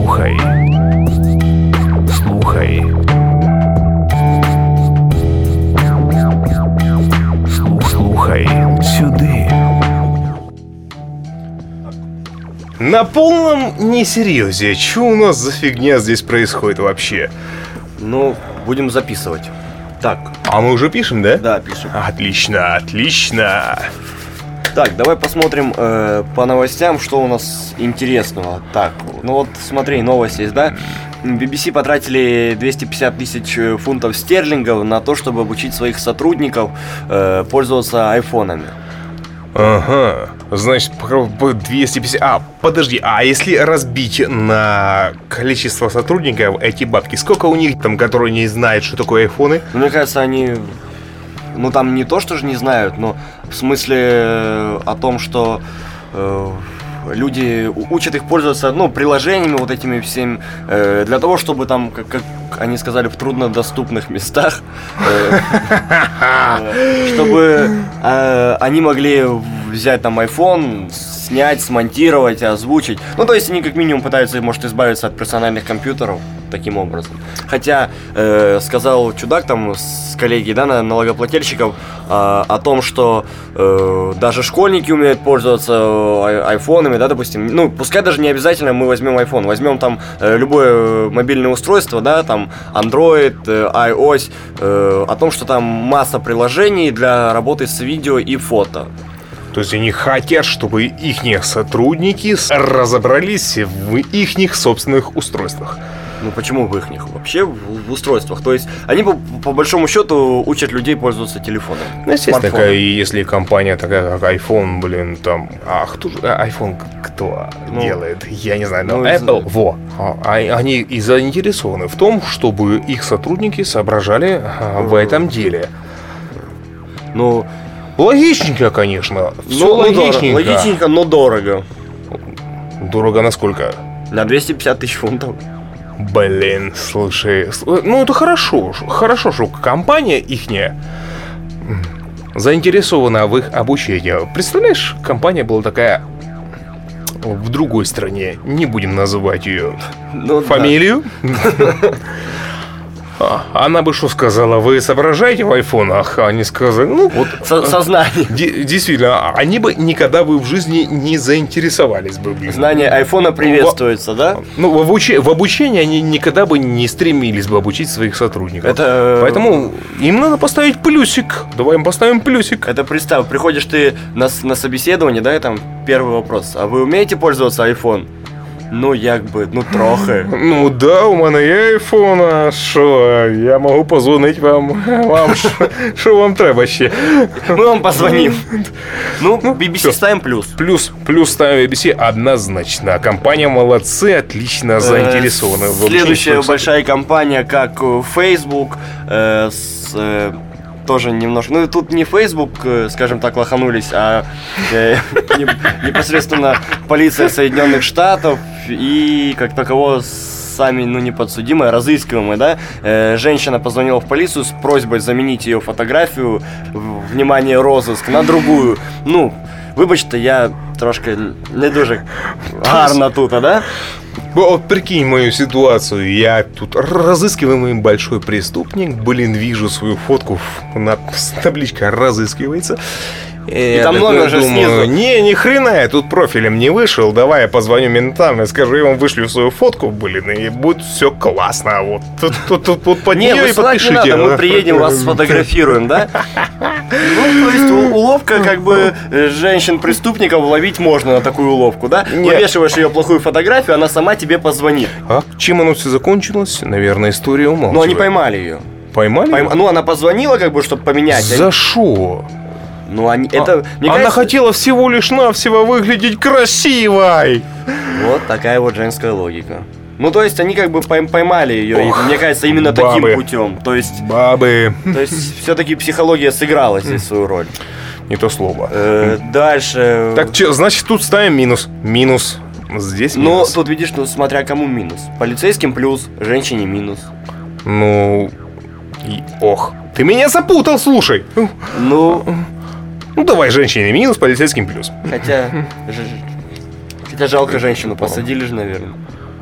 Слухай. Слухай. Слухай сюди. На полном несерьезе. Что у нас за фигня здесь происходит вообще? Ну, будем записывать. Так. А мы уже пишем, да? Да, пишем. Отлично, отлично. Так, давай посмотрим по новостям, что у нас интересного. Так, ну вот смотри, новость есть, да? BBC потратили 250 тысяч фунтов стерлингов на то, чтобы обучить своих сотрудников пользоваться айфонами. Ага, значит, 250... подожди, а если разбить на количество сотрудников эти бабки, сколько у них там, которые не знают, что такое айфоны? Мне кажется, они... Ну, там не то, что же не знают, но в смысле о том, что люди учат их пользоваться, ну, приложениями вот этими всеми, для того, чтобы там, как они сказали, в труднодоступных местах, чтобы они могли взять там iPhone, снять, смонтировать, озвучить. Ну, то есть они как минимум пытаются, может, избавиться от персональных компьютеров таким образом. Хотя сказал чудак там с коллегией, да, налогоплательщиков о том, что даже школьники умеют пользоваться айфонами, да, допустим. Ну, пускай даже не обязательно мы возьмем iPhone, возьмем там любое мобильное устройство, да, там Android, iOS, о том, что там масса приложений для работы с видео и фото. То есть они хотят, чтобы их сотрудники разобрались в их собственных устройствах. Ну почему в их? Вообще в устройствах. То есть они по большому счету учат людей пользоваться телефоном. Ну, естественно, такая, если компания такая, как iPhone, блин, там... А кто же iPhone кто делает? Я не знаю, но Apple, они и заинтересованы в том, чтобы их сотрудники соображали в этом деле. Ну... Логичненько, конечно. Все логичненько. Логичненько, но дорого. Дорого на сколько? На 250 тысяч фунтов. Блин, слушай. Ну, это хорошо. Хорошо, что компания ихняя заинтересована в их обучении. Представляешь, компания была такая в другой стране. Не будем называть ее фамилию. Она бы что сказала? Вы соображаете в айфонах? Они сказали, ну вот... Сознание. Действительно, они бы никогда бы в жизни не заинтересовались бы. Знание айфона приветствуется, да? Ну, в обучении они никогда бы не стремились бы обучить своих сотрудников. Поэтому им надо поставить плюсик. Давай им поставим плюсик. Это представь, приходишь ты на собеседование, да, и там первый вопрос. А вы умеете пользоваться iPhone? Ну, трохи. Ну да, у мене є айфон, а що? Я можу позвонити вам що вам треба ще? Ми вам позвоним. Ну, BBC ставим плюс. Плюс ставим BBC однозначно. Компания молодцы, отлично заинтересованы. Следующая большая компания, как Facebook, тоже немножко... Ну, тут не Facebook, скажем так, лоханулись, а непосредственно полиция Соединенных Штатов и, как таково, сами, неподсудимые, разыскиваемые, да? Женщина позвонила в полицию с просьбой заменить ее фотографию, внимание, розыск, на другую. Ну, вибачте, я трошки не дуже гарно тут, да? Вот прикинь мою ситуацию. Я тут разыскиваемый большой преступник. Блин, вижу свою фотку, табличка разыскивается. И там номер же снизу. Ни хрена я тут профилем не вышел. Давай я позвоню ментам и скажу, я вам вышлю свою фотку, блин, и будет все классно. Вот тут под нее и подпишите. Не надо, мы приедем, вас сфотографируем, да? Ну, то есть уловка, как бы, женщин-преступников ловить можно на такую уловку, да? Вывешиваешь ее плохую фотографию, она сама тебе позвонит. А чем оно все закончилось? Наверное, история умалчивает. Ну, они поймали ее. Поймали? Ну, она позвонила, как бы, чтобы поменять. За шо? Ну, мне она кажется... хотела всего лишь навсего выглядеть красивой. Вот такая вот женская логика. Ну, то есть, они как бы поймали ее, и, мне кажется, именно таким путем. То есть, бабы. То есть, все-таки психология сыграла здесь свою роль. Не то слово. Дальше... Так, значит, тут ставим минус. Минус. Здесь минус. Ну, тут видишь, смотря кому минус. Полицейским плюс, женщине минус. Ну... Ох, ты меня запутал, слушай. Ну, давай женщине минус, полицейским плюс. Хотя жалко женщину, посадили же, наверное.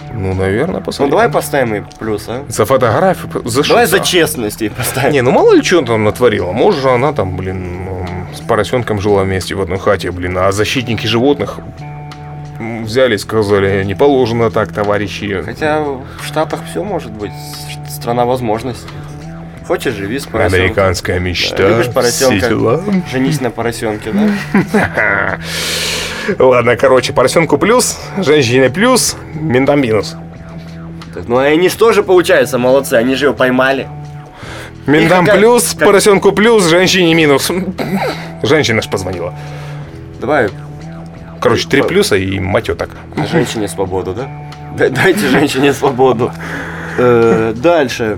Ну, наверное, посмотрим. Ну, давай поставим ей плюс, а? За фотографию? За давай что? За честность ей поставим. Не, ну мало ли что он там натворила. Может же она там, блин, с поросенком жила вместе в одной хате, блин. А защитники животных взяли и сказали, не положено так, товарищи. Хотя в Штатах все может быть. Страна возможностей. Хочешь, живи с поросенком. Американская мечта. Да, любишь поросенка, женись на поросенке, да? Ладно, короче, поросенку плюс, женщине плюс, ментам минус. Ну, они же тоже, получается, молодцы, они же его поймали. Ментам плюс, поросенку плюс, женщине минус. Женщина ж позвонила. Давай. Короче, 3 плюса и мать так. Женщине свободу, да? Дайте женщине свободу. Дальше.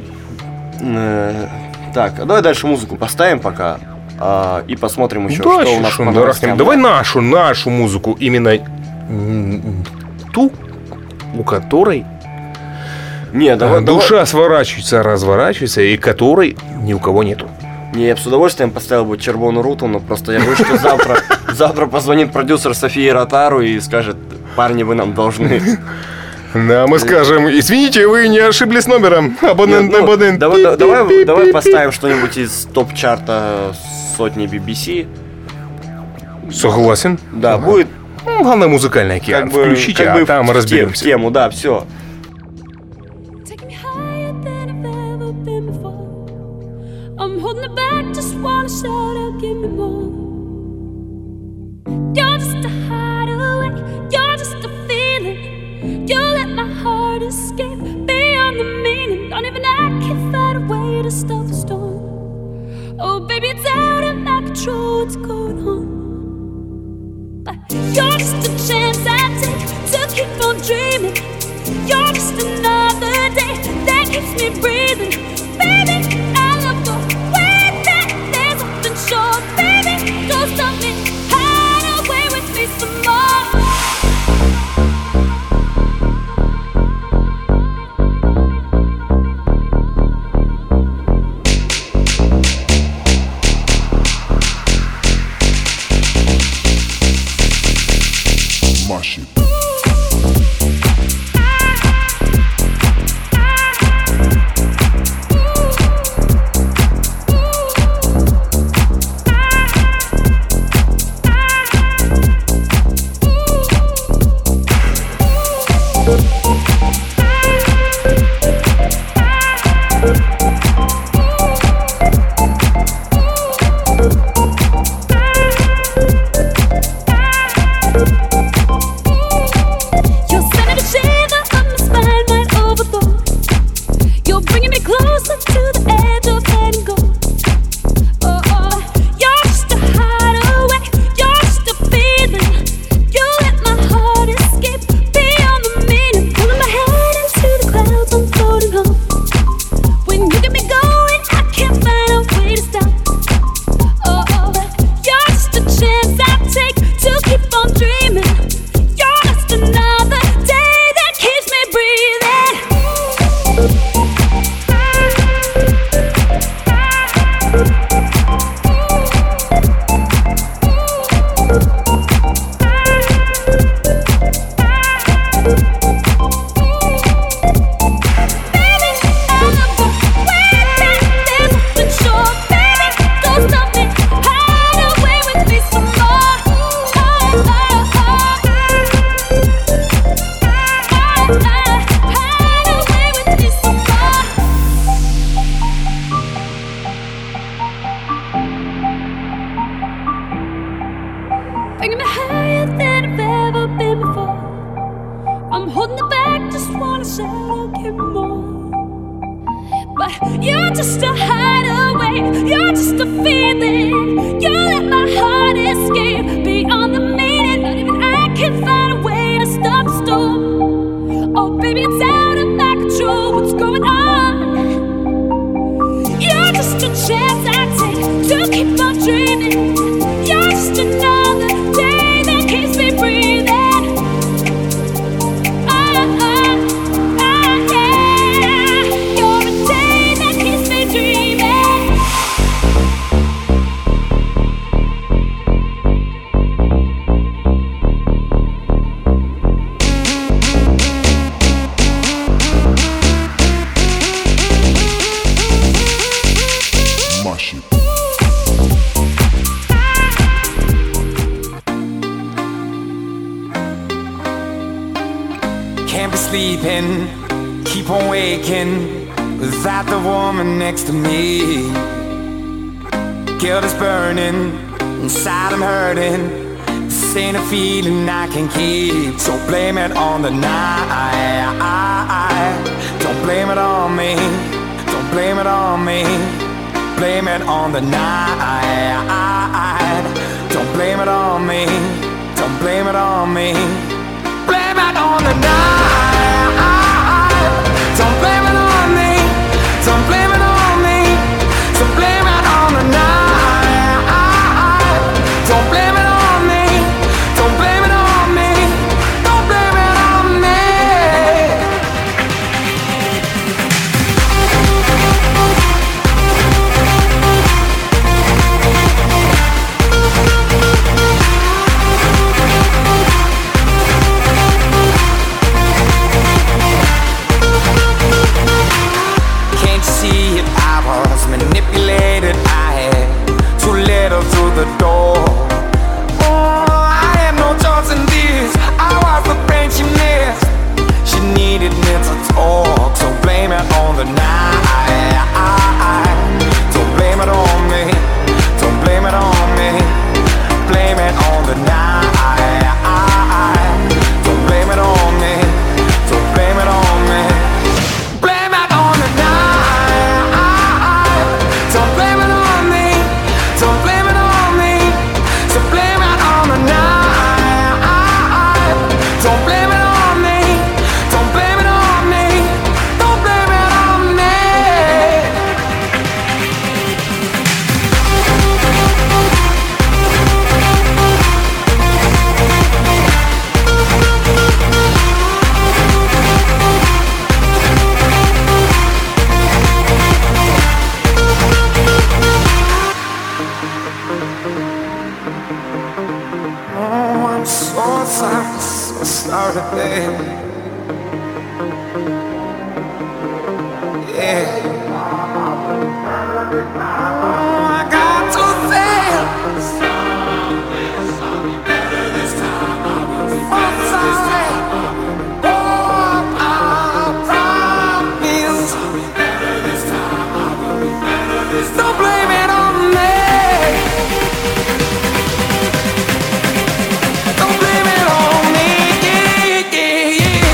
Так, а давай дальше музыку поставим пока. И посмотрим еще, да, что у нас по новостям. Давай нашу музыку, именно ту, у которой душа сворачивается, разворачивается, и которой ни у кого нету. Не, я бы с удовольствием поставил бы «Червоную руту», но просто я боюсь, что завтра позвонит продюсер Софии Ротару и скажет: парни, вы нам должны. Да, мы скажем: извините, вы не ошиблись номером. Абонент. Давай поставим что-нибудь из топ-чарта сотни BBC. Согласен. Да, будет. Главное, музыкальный океан. Включите, а там разберемся. В тему, да, все. You let my heart escape beyond the meaning. Don't even I can find a way to stop the storm. Oh, baby, it's out of my control what's going on. But you're just a chance I take to keep on dreaming. You're just another day that keeps me breathing. Baby, I love the way that there's nothing short. Baby, don't stop me, hide away with me some more. can't be sleeping, keep on waking without the woman next to me. Guilt is burning, inside I'm hurting. This ain't a feeling I can keep. So blame it on the night. Don't blame it on me. Don't blame it on me. Blame it on the night. Don't blame it on me. Don't blame it on me. Blame it on the night. Don't blame it on me. Don't blame it on me. So blame it on the night. Don't blame it on me. Don't blame it on me. Don't blame it on me. Can't you see it? I was manipulated. I had to let her through the door. Oh, I had no choice in this. I was the pain she missed. She needed me to talk. So blame it on the night. Don't blame it on me. Don't blame it on me. Blame it on the night. Don't blame it on me. Don't blame it on me. Blame it on the night. Don't blame it on me. Don't blame it on me. So blame it on the night. Don't blame it on me. Don't blame it on me. Don't blame it on me. Oh, I'm so sorry, baby. Yeah. Oh, I got to fail. I'm sorry. Oh, I promise. Don't blame it on me. Don't blame it on me, yeah, yeah, yeah.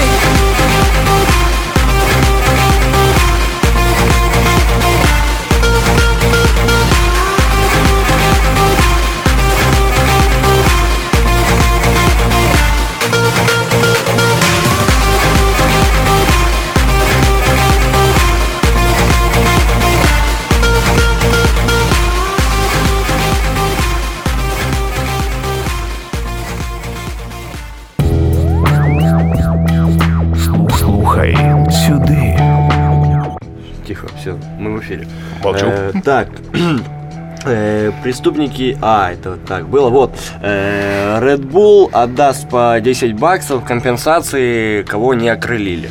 Слухай сюди. Тихо, все, мы в эфире. Молчу. Так. Преступники... это так было. Вот. Red Bull отдаст по $10 компенсации, кого не окрылили.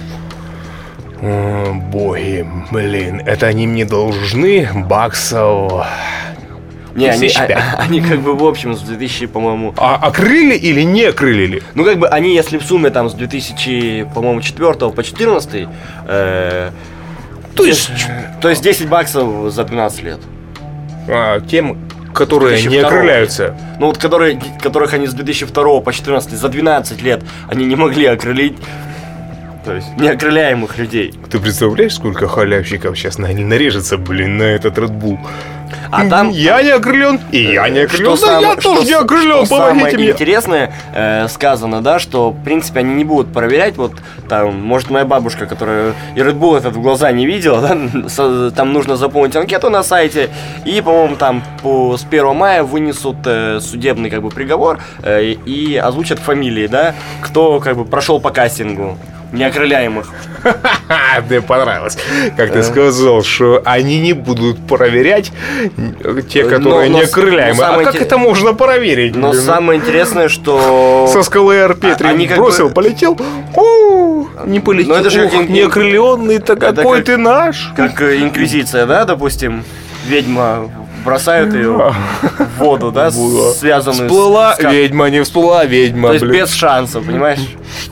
Боги, блин, это они мне должны баксов. Не, они 1005. они как бы в общем с 2000, по-моему... А окрылили или не окрылили? Ну как бы они, если в сумме там с 2000, по-моему, 4 по 14, то есть $10 за 12 лет. Тем, которые не 2002. окрыляются. Ну вот которых они с 2002 по 14 за 12 лет они не могли окрылить. То есть неокрыляемых людей. Ты представляешь, сколько халявщиков сейчас нарежется, блин, на этот Red Bull? А там... Я не окрылен, и я не окрылен, я тоже не окрылен, что помогите самое мне. интересное сказано, да, что, в принципе, они не будут проверять, вот, там, может, моя бабушка, которая и Red Bull этот в глаза не видела, да, там нужно заполнить анкету на сайте, и, по-моему, там с 1 мая вынесут судебный, как бы, приговор и озвучат фамилии, да, кто, как бы, прошел по кастингу неокрыляемых. Мне понравилось, как ты сказал, что они не будут проверять те, которые неокрыляемые. А как это можно проверить? Но самое интересное, что... Со скалы Ар-Петри бросил, полетел. Не полетел. Это же неокрыленный-то какой ты наш. Как инквизиция, да, допустим, ведьма... Бросают ее в воду, да, связанную всплыла ведьма, не всплыла ведьма. То есть без шансов, понимаешь?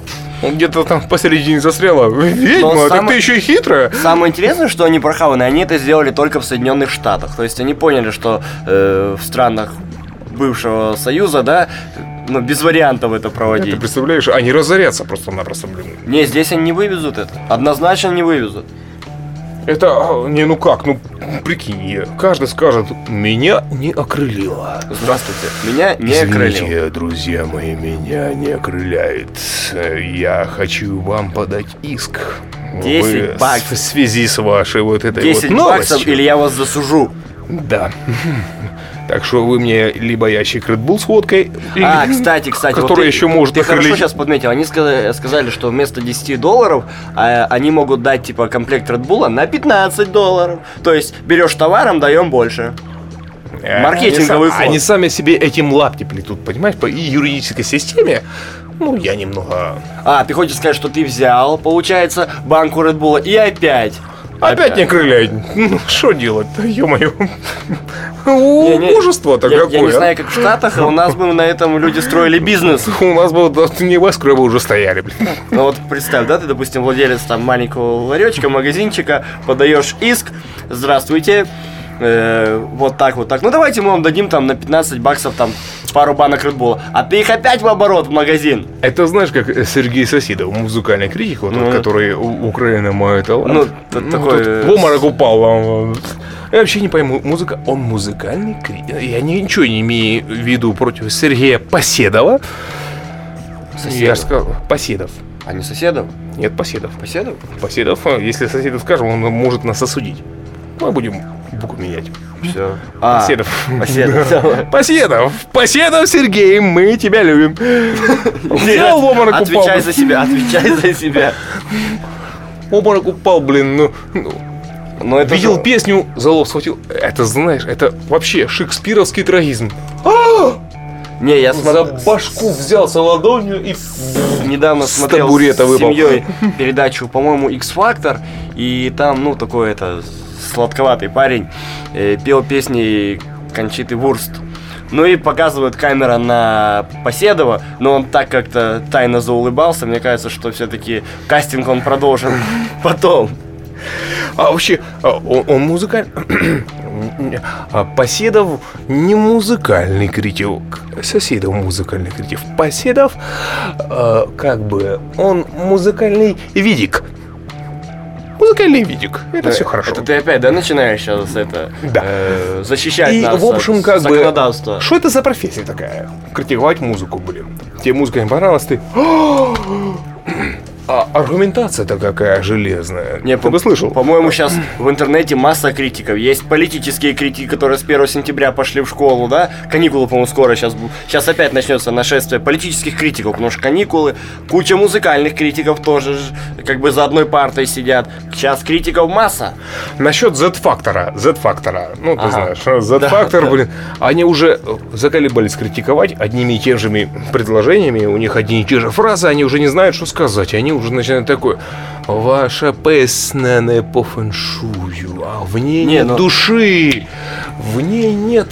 Он где-то там посередине застряла. Ведьма, так ты еще и хитрая. Самое интересное, что они прохаваны, они это сделали только в Соединенных Штатах. То есть они поняли, что в странах бывшего Союза, да, ну, без вариантов это проводить. Ты представляешь, они разорятся просто-напросто, блин. Не, здесь они не вывезут это. Однозначно не вывезут. Это, не, ну как, ну прикинь, каждый скажет, меня не окрылило. Здравствуйте, меня не окрылило. Извините, друзья мои, меня не окрыляет. Я хочу вам подать иск. 10 баксов. В связи с вашей вот этой 10 вот новостью. баксов, или я вас засужу. Да. Так что вы мне либо ящик Red Bull с водкой, кстати, который вот еще может ты окрылить. хорошо сейчас подметил. Они сказали, что вместо $10 они могут дать типа комплект Red Bull на $15. То есть берешь товаром, даем больше. Маркетинговый ход. Они сами себе этим лапти плетут, понимаешь, по юридической системе. Ну, я немного... Ты хочешь сказать, что ты взял, получается, банку Red Bull и Опять не окрыляет. Ну, что делать-то, ё-моё. Ужаство-то какое. Я не знаю, как в Штатах, а у нас бы на этом люди строили бизнес. У нас бы небоскребы уже стояли, блин. Ну вот представь, да, ты, допустим, владелец там маленького ларечка, магазинчика, подаешь иск, здравствуйте, вот так. Ну давайте мы вам дадим там на $15 там пару банок Red Bull, а ты их опять в оборот в магазин. Это знаешь, как Сергей Соседов, музыкальный критик, вот тот, который Украина мой талант. Такой... В обморок упал. Я вообще не пойму, он музыкальный критик. Я ничего не имею в виду против Сергея Поседова. Я же сказал, Поседов. А не Соседов? Нет, Поседов. Поседов? Если Соседов скажем, он может нас осудить. Мы будем букву менять. Все. Поседов, Сергей, мы тебя любим. Взял в обморок упал. Отвечай за себя. В обморок упал, блин, Но это видел песню, за лоб схватил. Это, знаешь, это вообще шекспировский трагизм. Не, я за башку взялся ладонью и недавно смотрел с семьей передачу, по-моему, X-Factor, и там, такой сладковатый парень пел песни Кончиты Вурст. Ну и показывает камера на Поседова, но он так как-то тайно заулыбался. Мне кажется, что все-таки кастинг он продолжен потом. А вообще, он музыкальный... Поседов не музыкальный критик. Соседов музыкальный критик. Поседов, он музыкальный видик. Музыкальный видик. Это все хорошо. Это ты опять, начинаешь сейчас защищать нас в общем, от законодавства. Что это за профессия такая? Критиковать музыку, блин. Тебе музыка не понравилась, ты... А аргументация-то какая железная. Не, ты бы слышал? По-моему, сейчас в интернете масса критиков. Есть политические критики, которые с 1 сентября пошли в школу, да? Каникулы, по-моему, скоро сейчас опять начнется нашествие политических критиков, потому что каникулы. Куча музыкальных критиков тоже как бы за одной партой сидят. Сейчас критиков масса. Насчет Z-фактора. Ты знаешь, Z-фактор, блин. Они уже заколебались критиковать одними и теми же предложениями. У них одни и те же фразы, они уже не знают, что сказать. Они уже начинают такое: ваша песня не по фэншую, а в ней нет души, в ней нет,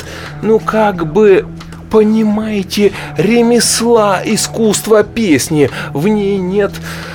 понимаете, ремесла, искусства песни, в ней нет,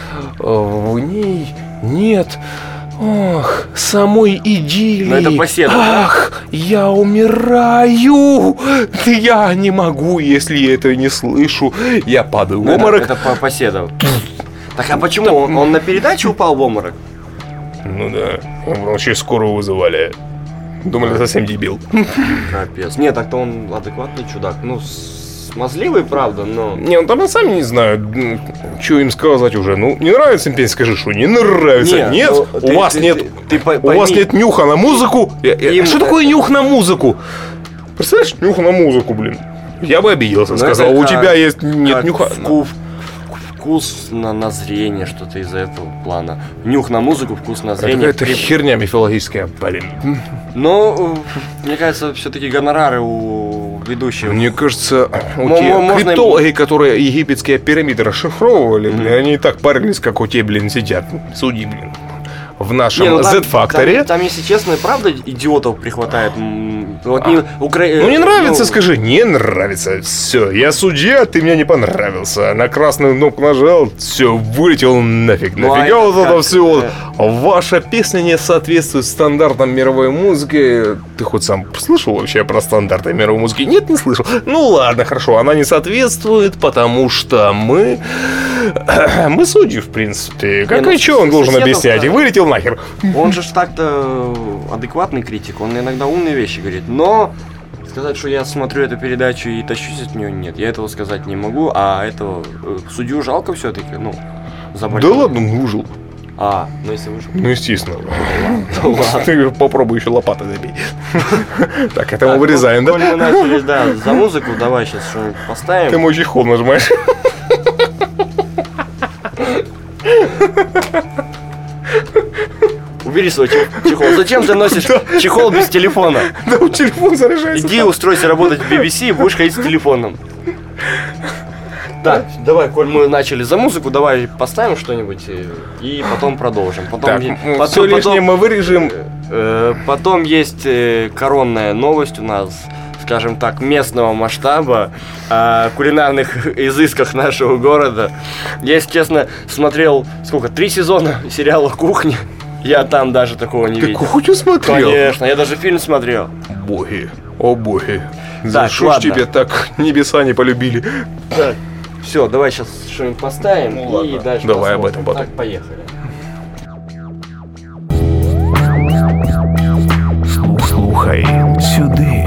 самой идиллии. Но это Поседов, я умираю, я не могу, если это не слышу, я падаю в обморок. Это Поседов. Так а почему? Он на передаче упал в обморок? Ну да, вообще скорую вызывали. Думали, совсем дебил. Капец. Нет, так-то он адекватный чудак. Смазливый, правда, но... Не, он там сами не знают, что им сказать уже. Не нравится им песня, скажи, что не нравится. Нет, у вас нет нюха на музыку. Что такое нюх на музыку? Представляешь, нюх на музыку, блин. Я бы обиделся, сказал, у тебя нет нюха. Вкус на зрение, что-то из-за этого плана. Нюх на музыку, вкус на зрение. Это херня мифологическая, блин. Но, мне кажется, все-таки гонорары у ведущих. Мне кажется, криптологи, которые египетские пирамиды расшифровывали, они и так парились, как у тебя, блин, сидят. Судьи, блин. в нашем Не, ну Z-Factory. Там, если честно, правда идиотов прихватает. Вот Ну не нравится, скажи, не нравится. Все, я судья, ты мне не понравился. На красную кнопку нажал, все, вылетел нафиг. Ну, Нафига вот это как? все. Ваша песня не соответствует стандартам мировой музыки. Ты хоть сам слышал вообще про стандарты мировой музыки? Нет, не слышал. Ну ладно, хорошо, она не соответствует, потому что мы судьи, в принципе. Как и что он должен объяснять? И вылетел нахер. Он же так-то адекватный критик, он иногда умные вещи говорит, но сказать, что я смотрю эту передачу и тащусь от нее, нет, я этого сказать не могу, а этого судью жалко все-таки, ну, заболел. Да ладно, выжил. Ну если выжил. Ну, естественно. Ты попробуй еще лопатой забей. Так, это мы вырезаем, да? Мы начали, да, за музыку, давай сейчас что-нибудь поставим. Ты мой чехол нажимаешь. Убери свой чехол. Зачем ты носишь чехол без телефона? Да, телефон заряжается. Иди устройся работать в BBC и будешь ходить с телефоном. Так, давай, коль мы начали за музыку, давай поставим что-нибудь и потом продолжим. Так, все лишнее мы вырежем. Потом есть коронная новость у нас, скажем так, местного масштаба, о кулинарных изысках нашего города. Я, если честно, смотрел, 3 сезона сериала «Кухня». Я там даже такого не видел. Ты кухню смотрел? Конечно, я даже фильм смотрел. Боги, о боги. За Так, что ж ладно. тебе так небеса не полюбили? Так, все, давай сейчас что-нибудь поставим Ну, и ладно. дальше Давай об посмотрим. этом потом. Так, поехали. Слухай сюди.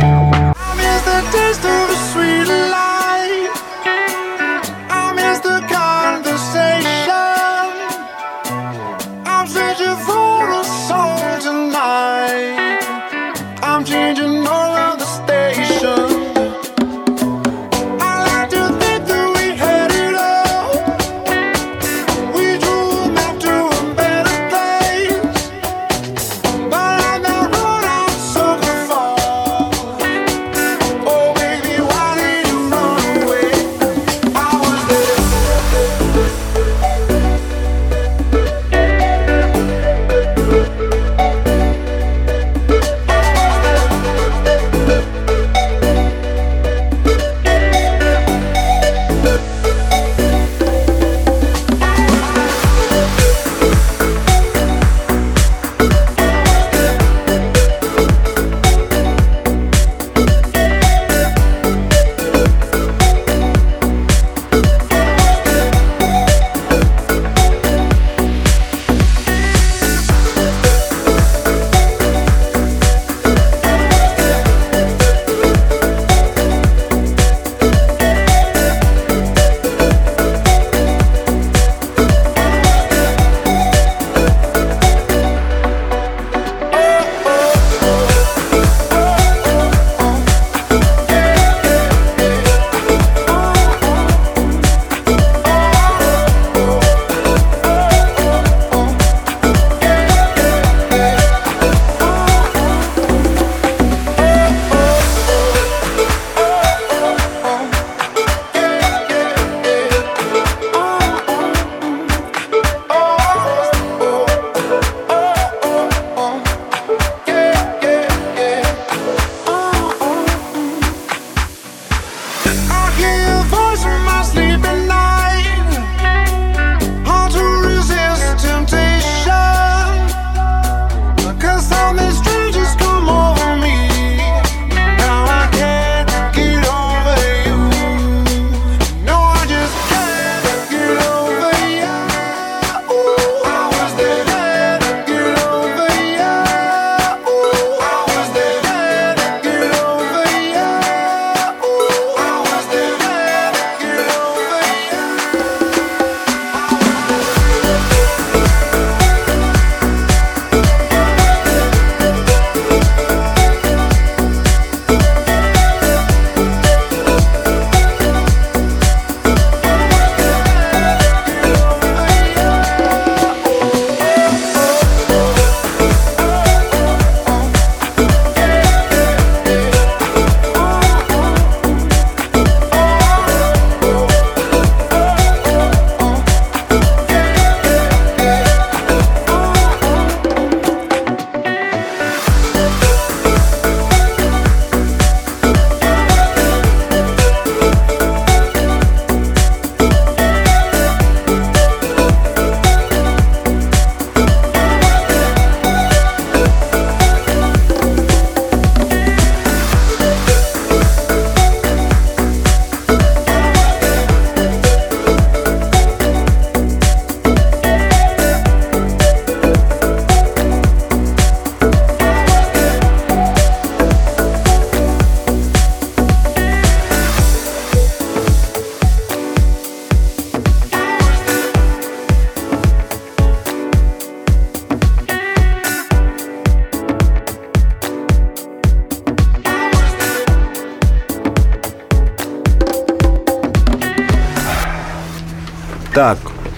Так.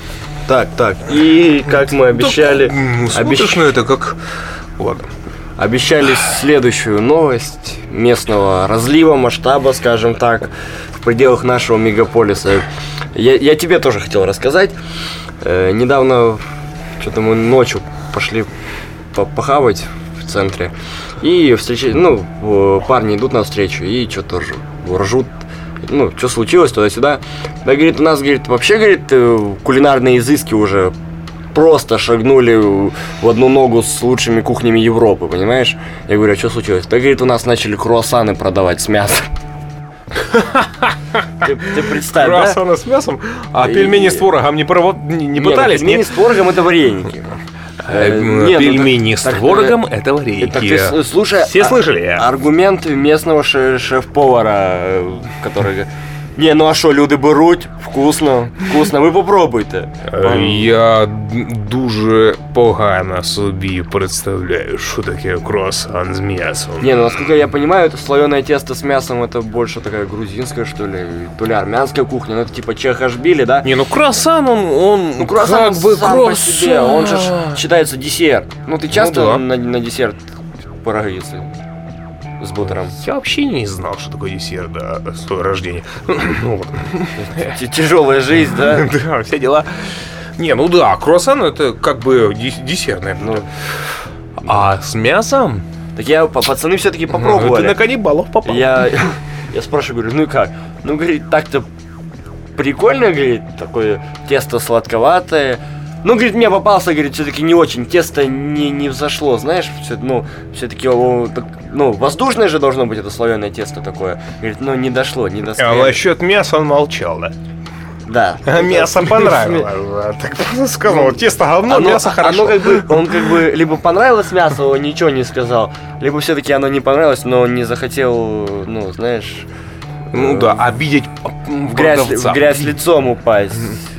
И как мы обещали... Смотришь на это как... Ладно. Обещали следующую новость местного разлива, масштаба, скажем так, в пределах нашего мегаполиса. Я тебе тоже хотел рассказать. Недавно что-то мы ночью пошли похавать в центре. И парни идут навстречу и что-то ржут. Что случилось, туда-сюда. Да, говорит, у нас, говорит, вообще, говорит, кулинарные изыски уже просто шагнули в одну ногу с лучшими кухнями Европы, понимаешь? Я говорю, а что случилось? Да, говорит, у нас начали круассаны продавать с мясом. Ты представь, да? Круассаны с мясом? А пельмени с творогом не пытались? Пельмени с творогом — это вареники. Пельмени с творогом — это вареники. Слушай, все слышали? Аргумент местного шеф-повара, который... Ну а що, люди беруть? Вкусно, ви попробуйте. Я дуже погано собі представляю, що таке круассан с мясом. Насколько я понимаю, это слоеное тесто с мясом, это больше такая грузинская, что ли, то ли армянская кухня, это типа чехашбили, да? Круассан, он круассан как бы сам по себе, он же считается десерт. Ты часто да. на десерт пироги с бутером? Я вообще не знал, что такое десерт до своего рождения. Тяжелая жизнь, да? Да, все дела. Круассан — это как бы десертное. А с мясом? Так пацаны все-таки попробовали. Ты на каннибалов попал. Я спрашиваю, говорю, как? Говорит, так-то прикольно, говорит, такое тесто сладковатое. Говорит, мне попался, говорит, все-таки не очень, тесто не взошло, знаешь, все-таки, воздушное же должно быть это слоеное тесто такое. Говорит, не дошло, не дошло. А насчет мяса он молчал, да? Да. А мясо понравилось. Так сказал, тесто говно, мясо хорошо. Он как бы либо понравилось мясо, он ничего не сказал, либо все-таки оно не понравилось, но он не захотел, знаешь... обидеть в грязь лицом упасть.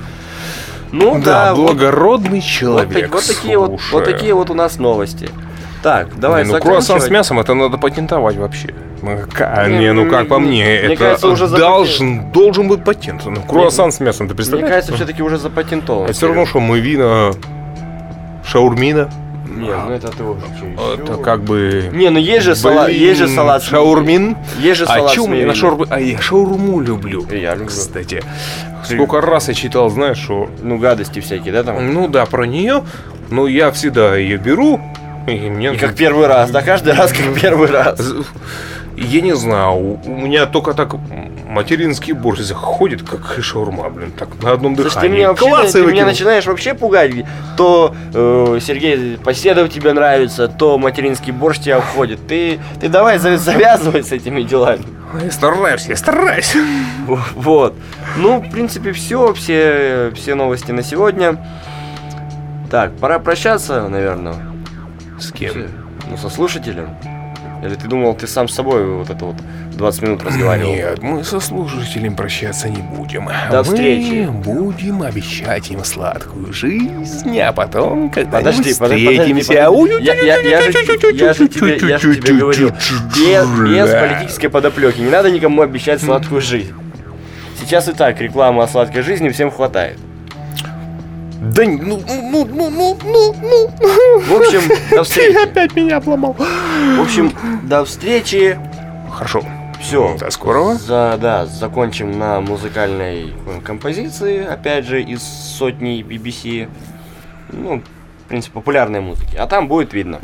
Благородный человек. Вот такие вот у нас новости. Так, давай заканчивать. Круассан с мясом — это надо патентовать вообще. Как по мне, это кажется, уже должен быть патент. Круассан с мясом, ты представляешь? Мне кажется, все-таки уже запатентовано. Это все равно, что мы вина, шаурмина. Это ты уже это как бы... есть же салат. Шаурмин. Есть же салат. Я шаурму люблю. Я люблю. Кстати. Сколько раз я читал, знаешь, что... гадости всякие, да, там? Про нее. Но я всегда ее беру. И как первый раз, да, каждый раз как первый раз. Я не знаю, у меня только так материнский борщ заходит, как шаурма, так на одном дыхании. Ты меня начинаешь вообще пугать. То Сергей Поседов тебе нравится, то материнский борщ тебя входит. Ты давай завязывай с этими делами. Я стараюсь. Вот. В принципе, все новости на сегодня. Так, пора прощаться, наверное. С кем? Со слушателем. Или ты думал, ты сам с собой 20 минут разговаривал? Нет, мы со слушателем прощаться не будем. До встречи. Мы будем обещать им сладкую жизнь, а потом, когда подожди, встретимся... Я же тебе говорил, без политической подоплеки. Не надо никому обещать сладкую жизнь. Сейчас и так реклама о сладкой жизни всем хватает. Да, В общем, до встречи. Опять меня обломал. В общем, до встречи. Хорошо. Все. До скорого. Закончим на музыкальной композиции, опять же, из сотни BBC. В принципе, популярной музыки. А там будет видно.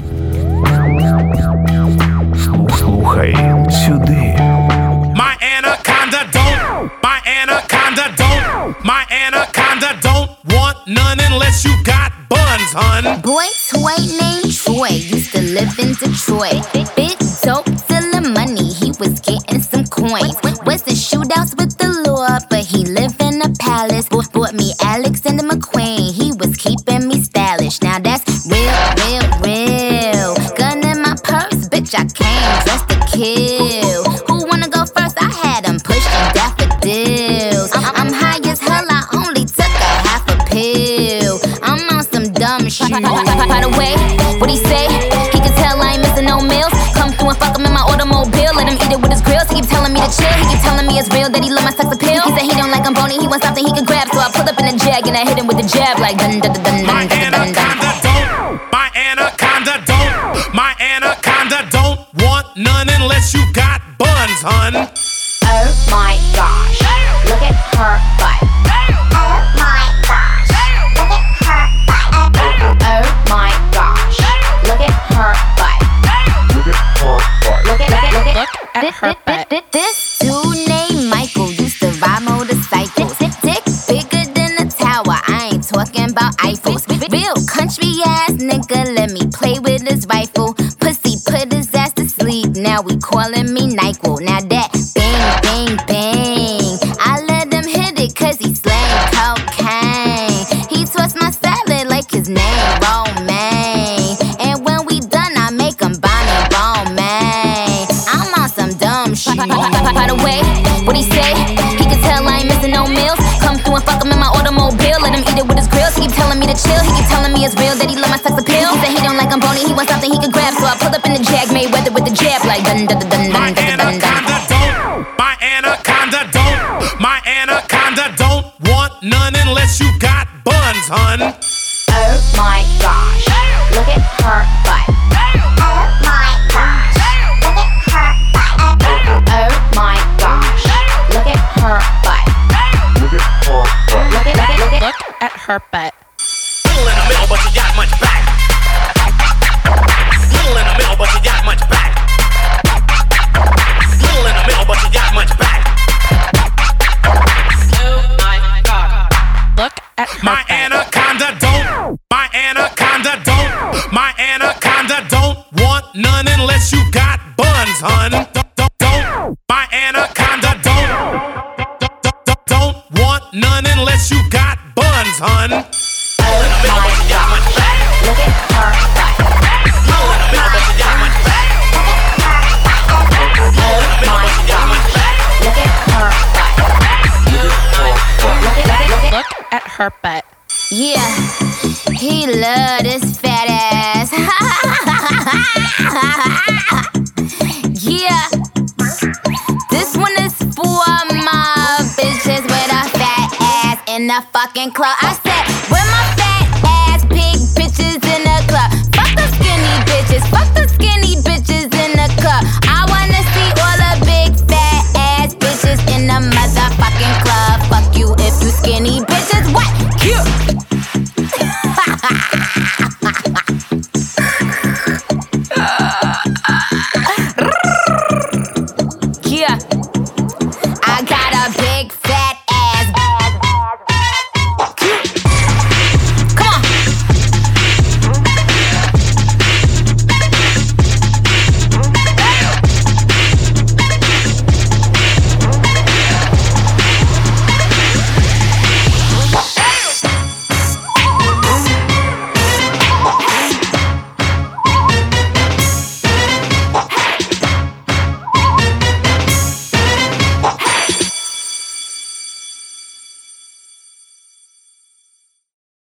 Слухай сюди. My anaconda don't want none unless you got buns, hun. Boy toy named Troy used to live in Detroit. Big dope, stealing money, he was getting some coins. Was in shootouts with the law, but he lived in a palace. Bought me Alexander McQueen, he was keeping me stylish. Now that's real. Gun in my purse, bitch, I came dressed to kill. Who wanna go first? I had him pushing daffodils. I'm high as hell, I only took a half a pill. I'm on some dumb shit. By the way, what he say? He can tell I ain't missing no meals. Come through and fuck him in my automobile. Let him eat it with his grills. He keep telling me to to chill. He keep telling me it's real that he love my sex appeal. He said he don't like I'm bony, he wants something he can grab. So I pull up in a Jag and I hit him with a jab like dun dun dun dun dun dun dun. My anaconda don't. My anaconda don't want none unless you got buns, hun. Oh my gosh, look at her butt. Oh my gosh, look at her butt. Oh my gosh, look at her butt. Look at her butt. This dude named Michael used to ride motorcycles. Dick bigger than a tower. I ain't talking about Eiffels. Real country ass nigga, let me play with his rifle. Pussy put his ass to sleep. Now we calling me NyQuil. Now that bang bang bang, I let him hit it 'cause he slang cocaine. He twists my salad like his name Romaine. And when we done, I make him buy me Romaine. I'm on some dumb shit. By the way, what he say? He can tell I ain't missing no meals. Come through and fuck him in my automobile. Let him eat it with his grills. He keep telling me to chill. He keep telling me it's real that he love my sex appeal. He said he don't like I'm bony, he wants something he can grab. So I pull up in the Jag, Mayweather with the jab like dun dun dun dun dun dun dun. My anaconda don't. My anaconda don't want none unless you got buns, hun. Oh my gosh, look at her butt. Oh my gosh, look at her butt. Oh my gosh, look at her butt. Look at her butt. Little in the middle, but you got much back. Little in the middle, but you got much back. Little in the middle, but you got much back. Oh my God. Look at her My anaconda don't. My anaconda don't. My anaconda don't want none unless you got buns, hun. Don't. My anaconda don't want none unless you got buns, hun. Oh my gosh, look at her butt. Oh my gosh, look at her butt. Look at her butt. Yeah, he love this fat ass. Yeah, this one is for my bitches with a fat ass in the fucking club. I said, where my fat